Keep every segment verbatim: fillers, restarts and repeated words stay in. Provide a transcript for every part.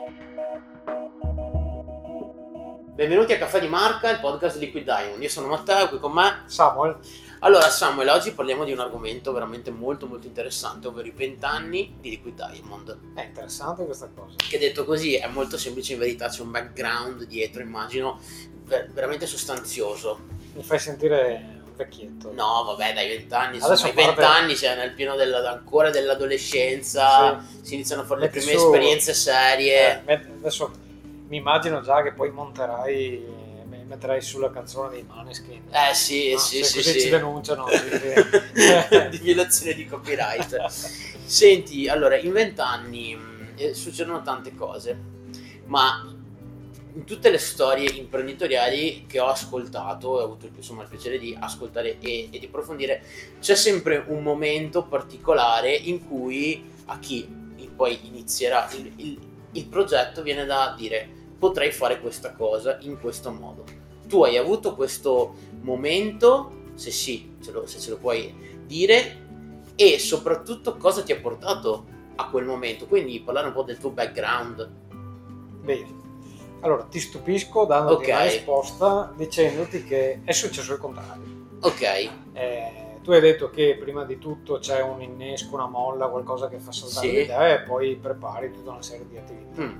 Benvenuti a Caffè di Marca, il podcast di Liquid Diamond. Io sono Matteo, qui con me Samuel. Allora Samuel, oggi parliamo di un argomento veramente molto molto interessante, ovvero i vent'anni di Liquid Diamond. È interessante questa cosa. Che detto così è molto semplice, in verità c'è un background dietro, immagino, ver- veramente sostanzioso. Mi fai sentire un vecchietto. No, vabbè, dai vent'anni, Adesso insomma, i parte- vent'anni c'è nel pieno della, ancora dell'adolescenza, Sì. si iniziano a fare le Metti prime su- esperienze serie. Eh, met- adesso mi immagino già che poi monterai, mi metterai sulla canzone dei Maneskin. Eh sì, No? sì, Se sì, così sì. ci denunciano. quindi- Di violazione di copyright. Senti, allora, in vent'anni eh, succedono tante cose, ma in tutte le storie imprenditoriali che ho ascoltato, e ho avuto insomma il piacere di ascoltare e, e di approfondire, c'è sempre un momento particolare in cui a chi poi inizierà il, il, il progetto viene da dire: potrei fare questa cosa in questo modo. Tu hai avuto questo momento? Se sì, ce lo, se ce lo puoi dire, e soprattutto cosa ti ha portato a quel momento, quindi parlare un po' del tuo background. Bene, allora ti stupisco dandoti Ok. una risposta dicendoti che è successo il contrario. Ok, Eh, tu hai detto che prima di tutto c'è un innesco, una molla, qualcosa che fa saltare Sì. l'idea e poi prepari tutta una serie di attività. Mm.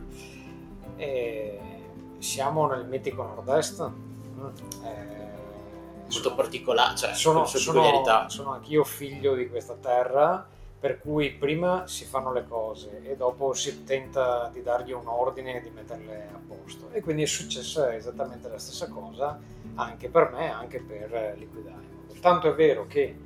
Eh, siamo nel mitico nord-est. Mm. Eh, molto sono- particolare, cioè sono, con le sue sono, peculiarità. sono anch'io figlio di questa terra, per cui prima si fanno le cose e dopo si tenta di dargli un ordine e di metterle a posto, e quindi è successa esattamente la stessa cosa anche per me, anche per Liquid Diamond. Tanto è vero che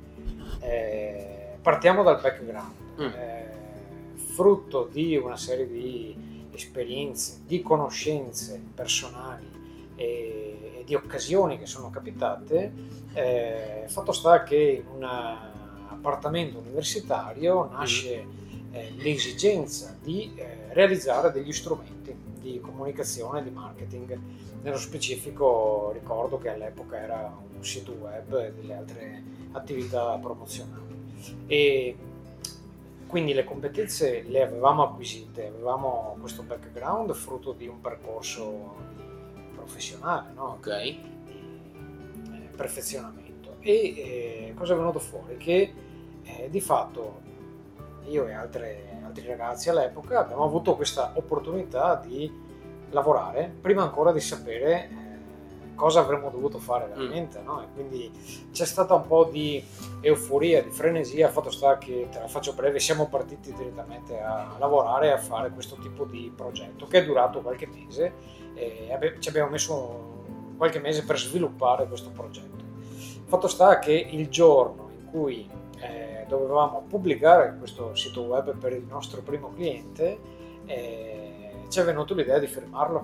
eh, partiamo dal background. Mm. Eh, frutto di una serie di esperienze, di conoscenze personali e, e di occasioni che sono capitate, eh, fatto sta che in un appartamento universitario nasce eh, l'esigenza di eh, realizzare degli strumenti di comunicazione e di marketing. Nello specifico ricordo che all'epoca era un sito web e delle altre attività promozionali, e quindi le competenze le avevamo acquisite, avevamo questo background frutto di un percorso professionale, no? Ok. Di eh, perfezionamento. E eh, cosa è venuto fuori? Che eh, di fatto io e altre, altri ragazzi all'epoca abbiamo avuto questa opportunità di lavorare prima ancora di sapere eh, cosa avremmo dovuto fare veramente, mm. no? E quindi c'è stata un po' di euforia, di frenesia. Fatto sta che, te la faccio breve, siamo partiti direttamente a lavorare e a fare questo tipo di progetto che è durato qualche mese, e abbi- ci abbiamo messo qualche mese per sviluppare questo progetto. Fatto sta che il giorno in cui eh, dovevamo pubblicare questo sito web per il nostro primo cliente, eh, ci è venuto l'idea di firmarlo,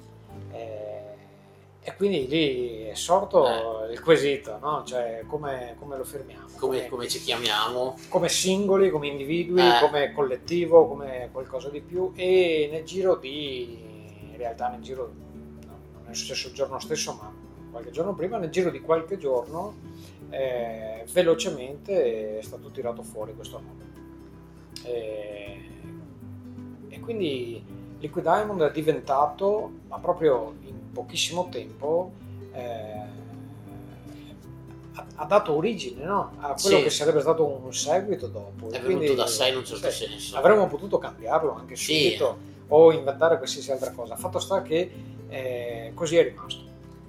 eh, e quindi lì è sorto eh. il quesito, no? Cioè come, come lo firmiamo, Come, come ci chiamiamo, come singoli, come individui, eh. come collettivo, come qualcosa di più. E nel giro di, in realtà nel giro, no, non è successo il giorno stesso, ma qualche giorno prima, nel giro di qualche giorno, eh, velocemente è stato tirato fuori questo nome, e, e quindi Liquid Diamond è diventato, ma proprio in pochissimo tempo, eh, ha, ha dato origine, no? A quello Sì. che sarebbe stato un seguito dopo. è Quindi, venuto da sé in un certo sì, senso. avremmo potuto cambiarlo anche Sì. subito o inventare qualsiasi altra cosa. Fatto sta che eh, così è rimasto.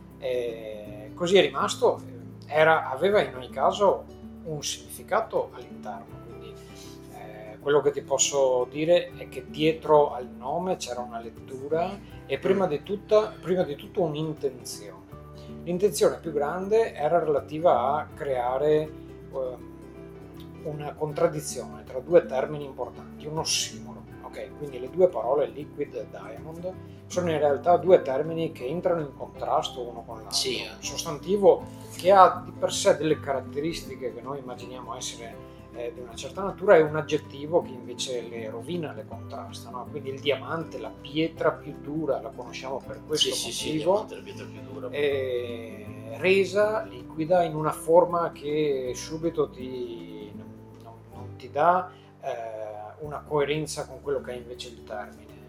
Eh, così è rimasto. Era, aveva in ogni caso un significato all'interno. Quello che ti posso dire è che dietro al nome c'era una lettura e prima di, tutta, prima di tutto un'intenzione. L'intenzione più grande era relativa a creare um, una contraddizione tra due termini importanti, un ossimoro. Okay? Quindi le due parole Liquid e Diamond sono in realtà due termini che entrano in contrasto uno con l'altro. Sì. Un sostantivo che ha di per sé delle caratteristiche che noi immaginiamo essere di una certa natura, è un aggettivo che invece le rovina, le contrasta, no? Quindi il diamante, la pietra più dura, la conosciamo per questo sì, motivo, sì, sì, diamante, la pietra più dura, è resa liquida in una forma che subito ti, non, non ti dà eh, una coerenza con quello che è invece il termine. Mm.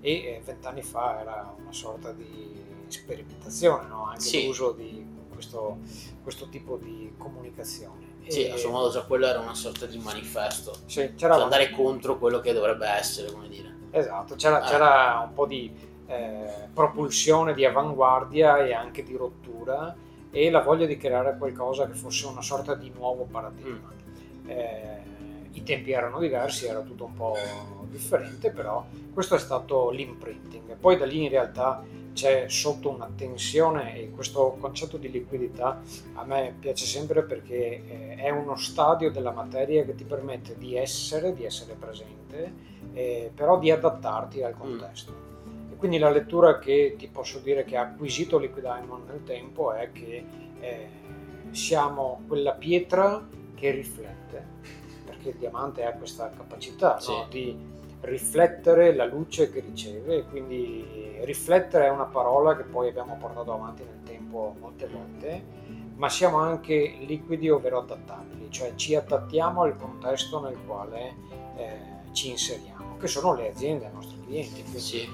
e vent'anni fa era una sorta di sperimentazione, no? Anche sì. l'uso di questo, questo tipo di comunicazione. Sì, e, a suo modo già quello era una sorta di manifesto, sì, c'era cioè andare contro quello che dovrebbe essere, come dire. Esatto, c'era, eh. c'era un po' di eh, propulsione, di avanguardia e anche di rottura, e la voglia di creare qualcosa che fosse una sorta di nuovo paradigma. Mm. Eh, I tempi erano diversi, era tutto un po' differente, però questo è stato l'imprinting. Poi da lì in realtà c'è sotto una tensione, e questo concetto di liquidità a me piace sempre perché eh, è uno stadio della materia che ti permette di essere, di essere presente, eh, però di adattarti al contesto. Mm. E quindi la lettura che ti posso dire che ha acquisito Liquid Diamond nel tempo è che eh, siamo quella pietra che riflette, perché il diamante ha questa capacità, sì, no? Di riflettere la luce che riceve, e quindi riflettere è una parola che poi abbiamo portato avanti nel tempo molte volte, ma siamo anche liquidi, ovvero adattabili, cioè ci adattiamo al contesto nel quale eh, ci inseriamo, che sono le aziende, i nostri clienti. Quindi, sì.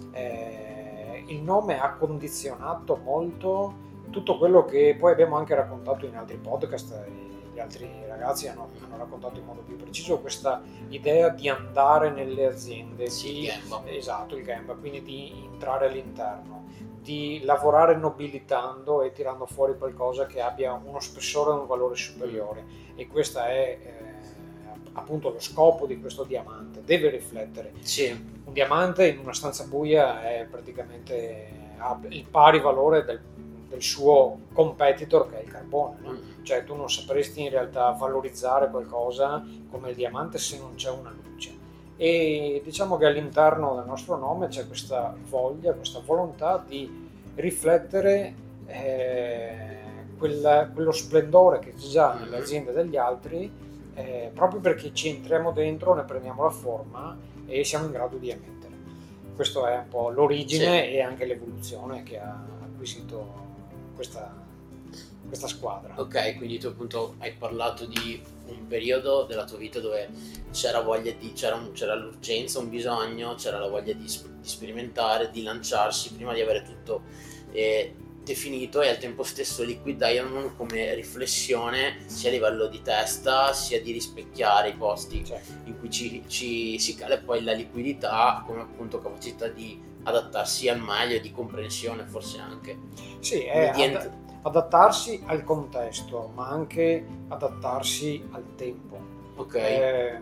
eh, il nome ha condizionato molto tutto quello che poi abbiamo anche raccontato in altri podcast. Gli altri ragazzi hanno, hanno raccontato in modo più preciso questa idea di andare nelle aziende, sì, di, il Gemba. Esatto, il Gemba, quindi di entrare all'interno, di lavorare nobilitando e tirando fuori qualcosa che abbia uno spessore e un valore superiore. Mm. E questo è eh, appunto lo scopo di questo diamante, deve riflettere. Sì. Un diamante in una stanza buia è praticamente ha il pari valore del del suo competitor, che è il carbone, no? Mm. Cioè tu non sapresti in realtà valorizzare qualcosa come il diamante se non c'è una luce. E diciamo che all'interno del nostro nome c'è questa voglia, questa volontà di riflettere eh, quella, quello splendore che c'è già nelle aziende degli altri, eh, proprio perché ci entriamo dentro, ne prendiamo la forma e siamo in grado di emettere. Questo è un po' l'origine, sì, e anche l'evoluzione che ha acquisito Questa, questa squadra. Ok, quindi tu appunto hai parlato di un periodo della tua vita dove c'era voglia di, c'era, un, c'era l'urgenza, un bisogno, c'era la voglia di, di sperimentare, di lanciarsi prima di avere tutto eh, definito, e al tempo stesso Liquid Diamond come riflessione sia a livello di testa sia di rispecchiare i posti, certo, in cui ci, ci si cala, e poi la liquidità come appunto capacità di adattarsi al meglio, di comprensione forse anche. Sì, è ad- adattarsi al contesto, ma anche adattarsi al tempo. Ok. Eh,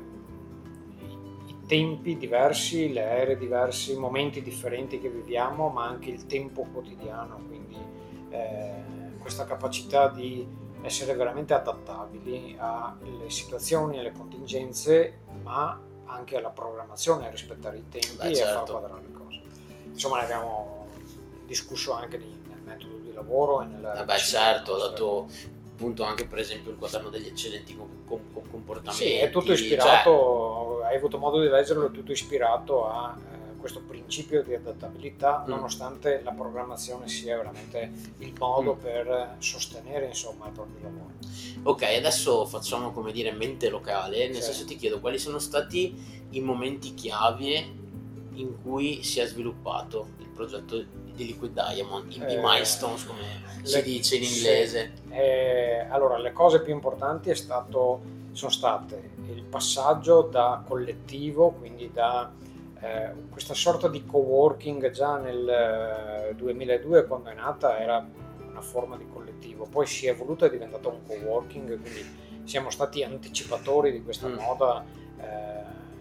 i, i tempi diversi, le ere diverse, i momenti differenti che viviamo, ma anche il tempo quotidiano, quindi eh, questa capacità di essere veramente adattabili alle situazioni, alle contingenze, ma anche alla programmazione, a rispettare i tempi. Beh, e certo, a far quadrare le cose. Insomma, ne abbiamo discusso anche di, nel metodo di lavoro e nella... Eh beh, certo, ho dato appunto anche per esempio il quaderno degli eccellenti com- com- com- comportamenti. Sì, è tutto ispirato, cioè... hai avuto modo di leggerlo, è tutto ispirato a eh, questo principio di adattabilità, mm. nonostante la programmazione sia veramente il modo mm. per sostenere insomma il proprio lavoro. Ok, adesso facciamo, come dire, mente locale, nel sì. senso ti chiedo quali sono stati i momenti chiave in cui si è sviluppato il progetto di Liquid Diamond, i, eh, i milestones come le, si dice in inglese. Sì. Eh, allora, le cose più importanti è stato, sono state il passaggio da collettivo, quindi da eh, questa sorta di coworking già nel eh, duemiladue, quando è nata era una forma di collettivo, poi si è evoluta e è diventato un coworking, quindi siamo stati anticipatori di questa mm. moda eh,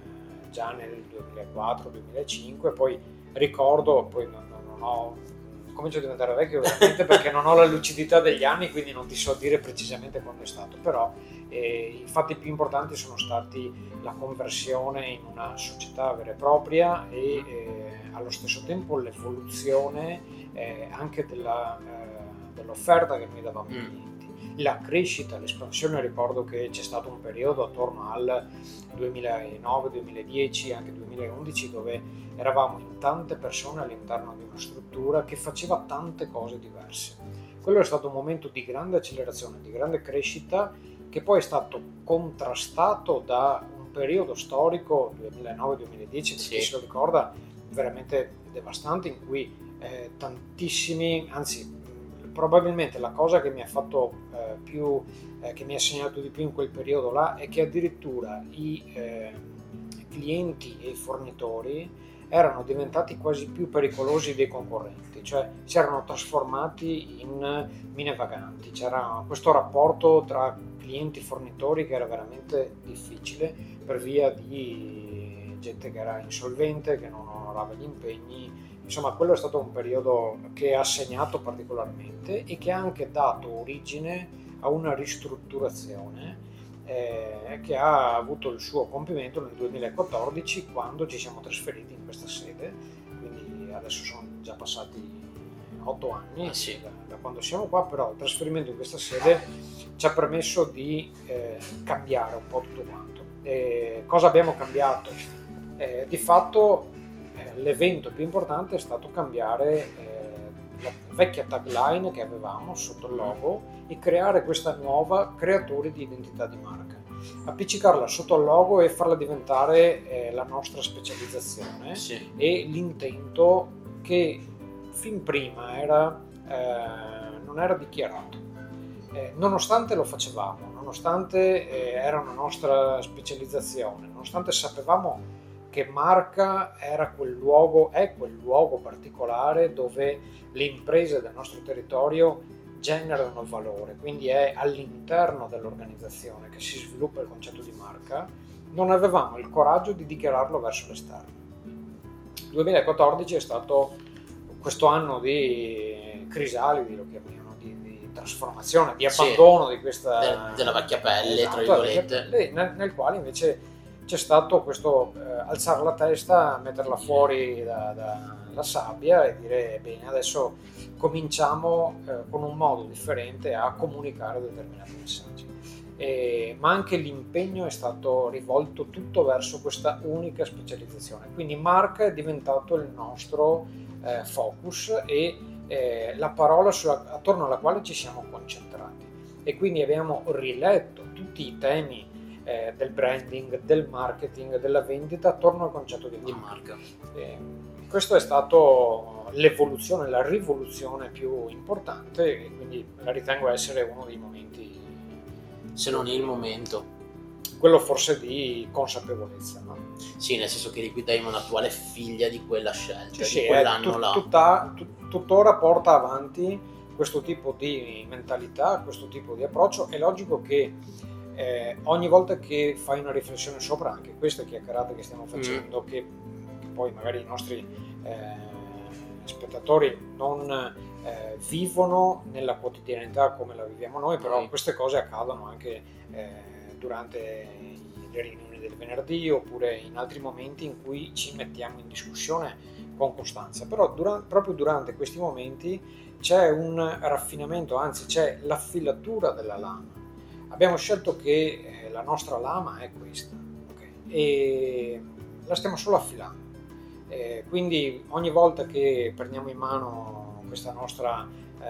già nel duemilaquattro duemilacinque, poi ricordo, poi non, non ho, comincio a diventare vecchio veramente perché non ho la lucidità degli anni, quindi non ti so dire precisamente quando è stato, però eh, i fatti più importanti sono stati la conversione in una società vera e propria e eh, allo stesso tempo l'evoluzione eh, anche della, eh, dell'offerta che noi davamo ai clienti. La crescita, l'espansione, ricordo che c'è stato un periodo attorno al duemilanove duemiladieci, anche duemilaundici, dove eravamo in tante persone all'interno di una struttura che faceva tante cose diverse. Quello è stato un momento di grande accelerazione, di grande crescita, che poi è stato contrastato da un periodo storico, duemilanove duemiladieci, per sì. chi se lo ricorda, veramente devastante in cui eh, tantissimi, anzi probabilmente la cosa che mi ha fatto eh, più, eh, che mi ha segnato di più in quel periodo là è che addirittura i eh, clienti e i fornitori erano diventati quasi più pericolosi dei concorrenti, cioè si erano trasformati in mine vaganti, c'era questo rapporto tra clienti e fornitori che era veramente difficile per via di gente che era insolvente, che non onorava gli impegni. Insomma, quello è stato un periodo che ha segnato particolarmente e che ha anche dato origine a una ristrutturazione eh, che ha avuto il suo compimento nel duemilaquattordici, quando ci siamo trasferiti in questa sede, quindi adesso sono già passati otto anni ah, sì. da, da quando siamo qua, però il trasferimento in questa sede ci ha permesso di eh, cambiare un po' tutto quanto. E cosa abbiamo cambiato? Eh, di fatto l'evento più importante è stato cambiare eh, la vecchia tagline che avevamo sotto il logo e creare questa nuova creatori di identità di marca, appiccicarla sotto il logo e farla diventare eh, la nostra specializzazione, sì. E l'intento che fin prima era, eh, non era dichiarato, eh, nonostante lo facevamo, nonostante eh, era una nostra specializzazione, nonostante sapevamo che Marca era quel luogo, è quel luogo particolare dove le imprese del nostro territorio generano valore, quindi è all'interno dell'organizzazione che si sviluppa il concetto di marca. Non avevamo il coraggio di dichiararlo verso l'esterno. Il duemilaquattordici è stato questo anno di crisalidi, lo chiamiamo, di, di trasformazione, di abbandono sì, di questa de, della vecchia pelle, esatto, tra virgolette, pelle, nel, nel quale invece c'è stato questo eh, alzare la testa, metterla fuori dalla da, da sabbia e dire bene, adesso cominciamo eh, con un modo differente a comunicare determinati messaggi. E, ma anche l'impegno è stato rivolto tutto verso questa unica specializzazione, quindi marca è diventato il nostro eh, focus e eh, la parola sulla, attorno alla quale ci siamo concentrati, e quindi abbiamo riletto tutti i temi Eh, del branding, del marketing, della vendita attorno al concetto di marca. Di marca. Eh, questo è stato l'evoluzione, la rivoluzione più importante, e quindi la ritengo essere uno dei momenti, se non il momento, quello forse di consapevolezza, no? Sì, nel senso che Liquid Diamond attuale è figlia di quella scelta, sì, di quell'anno tut- là. Tutta, tut- tuttora porta avanti questo tipo di mentalità, questo tipo di approccio. È logico che Eh, ogni volta che fai una riflessione sopra anche queste chiacchierate che stiamo facendo, mm. che, che poi magari i nostri eh, spettatori non eh, vivono nella quotidianità come la viviamo noi, però queste cose accadono anche eh, durante le riunioni del venerdì oppure in altri momenti in cui ci mettiamo in discussione con costanza. Però durante, proprio durante questi momenti c'è un raffinamento, anzi c'è l'affilatura della lama. Abbiamo scelto che la nostra lama è questa, okay? E la stiamo solo affilando, eh, quindi ogni volta che prendiamo in mano questa nostra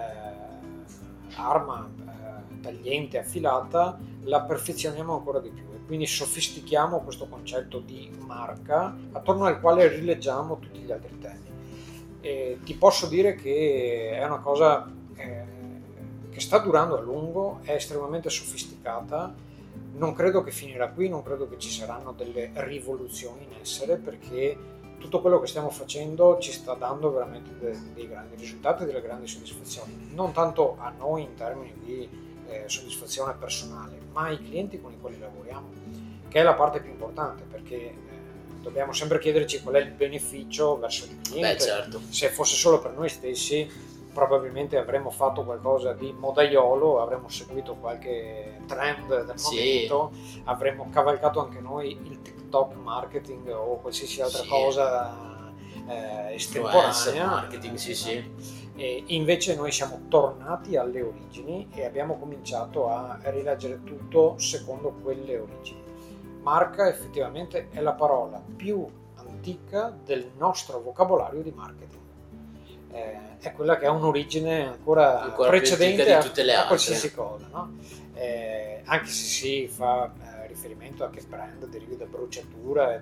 eh, arma eh, tagliente, affilata, la perfezioniamo ancora di più e quindi sofistichiamo questo concetto di marca attorno al quale rileggiamo tutti gli altri temi. E ti posso dire che è una cosa eh, che sta durando a lungo, è estremamente sofisticata, non credo che finirà qui, non credo che ci saranno delle rivoluzioni in essere, perché tutto quello che stiamo facendo ci sta dando veramente dei, dei grandi risultati e delle grandi soddisfazioni, non tanto a noi in termini di eh, soddisfazione personale, ma ai clienti con i quali lavoriamo, che è la parte più importante, perché eh, dobbiamo sempre chiederci qual è il beneficio verso il cliente. Beh, certo. Se fosse solo per noi stessi probabilmente avremmo fatto qualcosa di modaiolo, avremmo seguito qualche trend del momento, sì. Avremmo cavalcato anche noi il TikTok marketing o qualsiasi altra sì. cosa eh, estemporanea. Marketing, sì, sì. E invece noi siamo tornati alle origini e abbiamo cominciato a rileggere tutto secondo quelle origini. Marca effettivamente è la parola più antica del nostro vocabolario di marketing. Eh, è quella che ha un'origine ancora, ancora precedente di tutte le a, altre. a qualsiasi cosa, no? Eh, anche se si fa eh, riferimento a che brand derivi da bruciatura e da un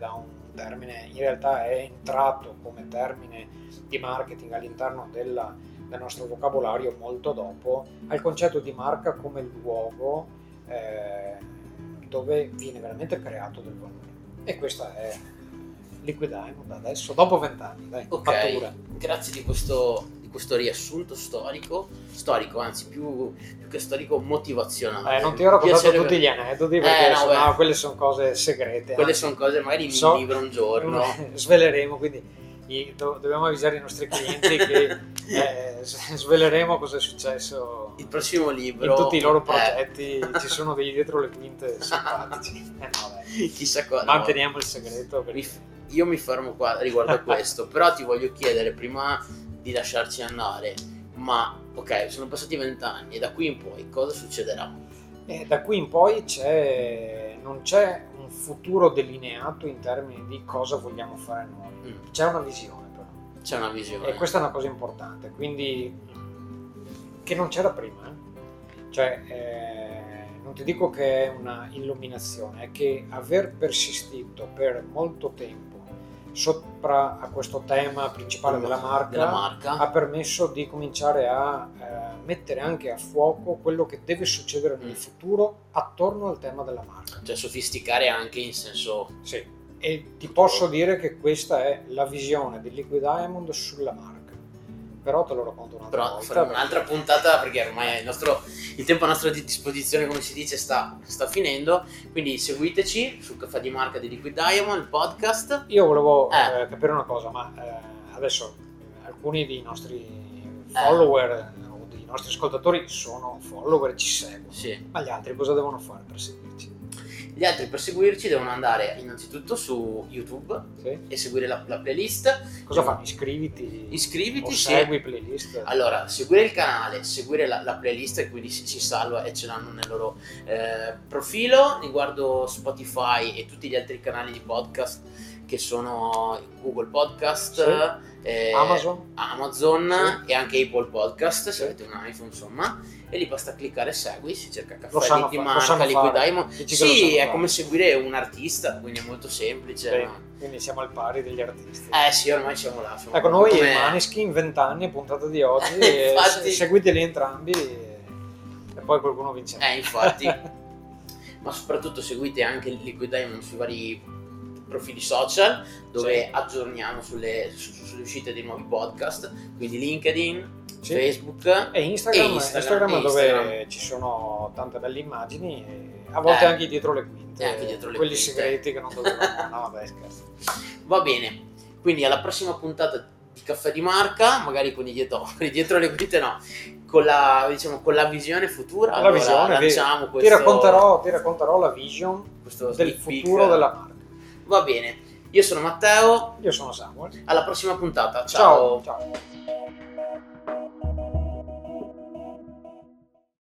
un termine, in realtà è entrato come termine di marketing all'interno della, del nostro vocabolario molto dopo, al concetto di marca come luogo eh, dove viene veramente creato del valore. E questa è Liquid Diamond adesso, dopo vent'anni, dai, Ok, fattura. grazie di questo, di questo riassunto storico, storico, anzi più, più che storico, motivazionale. Eh, non ti ho raccontato Piacerebbe- tutti gli aneddoti perché Eh, no, sennò beh. quelle sono cose segrete. Quelle anzi, sono cose magari in so- un libro un giorno. sveleremo, quindi i- do- dobbiamo avvisare i nostri clienti che eh, s- sveleremo cosa è successo Il prossimo libro in tutti i loro eh, progetti. Ci sono degli dietro le quinte simpatici. Eh, no, dai. chissà cosa. Manteniamo il segreto perché... Mi- io mi fermo qua riguardo a questo, però ti voglio chiedere prima di lasciarci andare, ma ok, sono passati vent'anni e da qui in poi cosa succederà? E da qui in poi c'è, non c'è un futuro delineato in termini di cosa vogliamo fare noi, Mm, c'è una visione però. c'è una visione. E questa è una cosa importante, quindi che non c'era prima, eh? Cioè eh, non ti dico che è una illuminazione, è che aver persistito per molto tempo sopra a questo tema principale della marca, Della marca. ha permesso di cominciare a eh, mettere anche a fuoco quello che deve succedere nel Mm. futuro attorno al tema della marca. Cioè sofisticare anche in senso... Sì. E ti posso dire che questa è la visione di Liquid Diamond sulla marca. Però te lo racconto un'altra Però volta. faremo un'altra puntata perché ormai il, nostro, il tempo a nostra disposizione, come si dice, sta, sta finendo. Quindi seguiteci sul Caffè di Marca di Liquid Diamond, il podcast. Io volevo Eh. eh, capire una cosa, ma eh, adesso eh, alcuni dei nostri follower eh, o dei nostri ascoltatori sono follower e ci seguono. Sì. Ma gli altri cosa devono fare per seguirci? Gli altri per seguirci devono andare innanzitutto su YouTube Sì? e seguire la, la playlist. Cosa fanno? Iscriviti? Iscriviti, o sì. segui playlist? Allora, seguire il canale, seguire la, la playlist e quindi si, si salva e ce l'hanno nel loro eh, profilo. Riguardo Spotify e tutti gli altri canali di podcast che sono Google Podcast, Sì. eh, Amazon? Amazon Sì. e anche Apple Podcast, se Sì. avete un iPhone, insomma. E lì basta cliccare segui, si cerca Lo Caffè sanno di fa- lo Marca, sanno Liquid fare. Diamond. Dici che lo Sì, sanno è fare. come seguire un artista, quindi è molto semplice. Sì, ma- quindi siamo al pari degli artisti. Eh sì, ormai siamo là. siamo Ecco, noi come- Maneskin, vent'anni, puntata di oggi, e Infatti. se- seguiteli entrambi e, e poi qualcuno vincerà. Eh, infatti. Ma soprattutto seguite anche il Liquid Diamond sui vari profili social dove Sì. aggiorniamo sulle, su- sulle uscite dei nuovi podcast, quindi LinkedIn, Sì. Facebook E Instagram, E Instagram, Instagram, e dove Instagram. ci sono tante belle immagini e a volte Eh. anche dietro le quinte, E anche dietro le quelli quinte. segreti che non dovevamo. No, vabbè, scherzo. Va bene, quindi alla prossima puntata di Caffè di Marca, magari con i dietro, con i dietro le quinte no, con la, diciamo, con la visione futura. La allora visione, vedi. lanciamo ti, questo, racconterò, ti racconterò la vision questo del sneak peek. futuro della marca. Va bene, io sono Matteo, Io sono Samuel. alla prossima puntata, Ciao. ciao. Ciao.